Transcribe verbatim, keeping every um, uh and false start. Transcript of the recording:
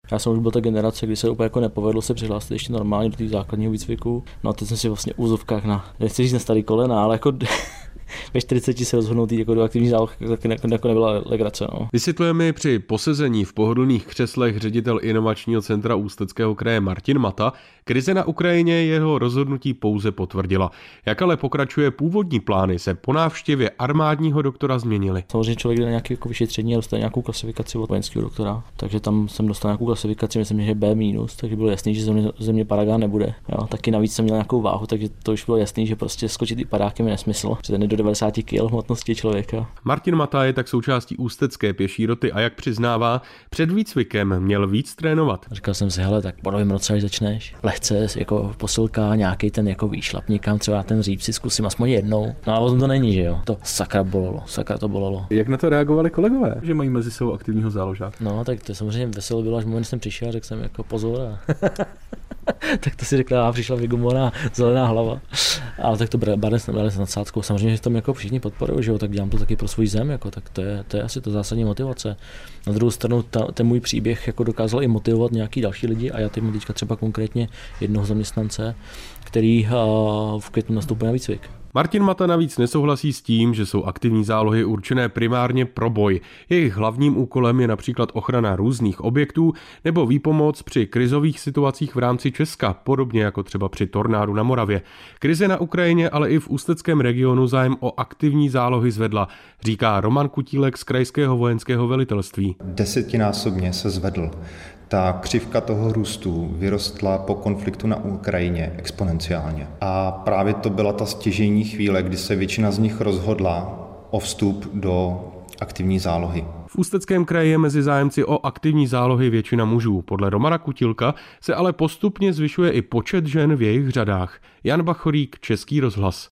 Já jsem už byl ta generace, kdy se úplně jako nepovedlo se přihlásit ještě normálně do té základního výcviku. No a teď jsem si vlastně v úzovkách na, nechci říct na starý kolena, ale jako ve čtyřiceti se rozhodnout jako do aktivní zálohy, taky jako nebyla legrace. No. Vysvětluje mi při posezení v pohodlných křeslech ředitel inovačního centra Ústeckého kraje Martin Mata. Krize na Ukrajině jeho rozhodnutí pouze potvrdila. Jak ale pokračuje původní plány, se po návštěvě armádního doktora změnily. Samozřejmě člověk jde na nějaké jako vyšetření a dostane nějakou klasifikaci od vojenského doktora, takže tam jsem dostal nějakou klasifikaci, myslím, že B minus, takže bylo jasný, že země, země padák nebude. Jo, taky navíc jsem měl nějakou váhu, takže to už bylo jasný, že prostě skočit i padákem je nesmysl. Protože do devadesát kilogramů hmotnosti člověka. Martin Mata je tak součástí ústecké pěší roty a jak přiznává, před výcvikem měl víc trénovat. Říkal jsem si, hele, tak po novém roce, až začneš, lehce jako posilka, nějaký ten jako výšlap někam, třeba ten říp si zkusím aspoň jednou. No a to není, že jo. To sakra bolelo, sakra to bolelo. Jak na to reagovali kolegové, že mají mezi sebou aktivního záložáka? No, tak to samozřejmě veselé bylo, až moment jsem přišel, řekl jsem jako pozor. A tak to si řekla, a přišla vygumovaná zelená hlava. Ale tak to brali jsme s nadsázkou. Samozřejmě, že tam jako všichni podporují, že jo, tak dělám to taky pro svůj zem, jako, tak to je, to je asi to zásadní motivace. Na druhou stranu ta, ten můj příběh jako dokázal i motivovat nějaký další lidi a já teď mám teďka třeba konkrétně jednoho zaměstnance, který uh, v květnu nastoupil na výcvik. Martin Mata navíc nesouhlasí s tím, že jsou aktivní zálohy určené primárně pro boj. Jejich hlavním úkolem je například ochrana různých objektů nebo výpomoc při krizových situacích v rámci Česka, podobně jako třeba při tornádu na Moravě. Krize na Ukrajině, ale i v ústeckém regionu zájem o aktivní zálohy zvedla, říká Roman Kutílek z Krajského vojenského velitelství. Desetinásobně se zvedl. Ta křivka toho růstu vyrostla po konfliktu na Ukrajině exponenciálně. A právě to byla ta stěžejní chvíle, kdy se většina z nich rozhodla o vstup do aktivní zálohy. V Ústeckém kraji je mezi zájemci o aktivní zálohy většina mužů. Podle Romana Kutílka se ale postupně zvyšuje i počet žen v jejich řadách. Jan Bachorík, Český rozhlas.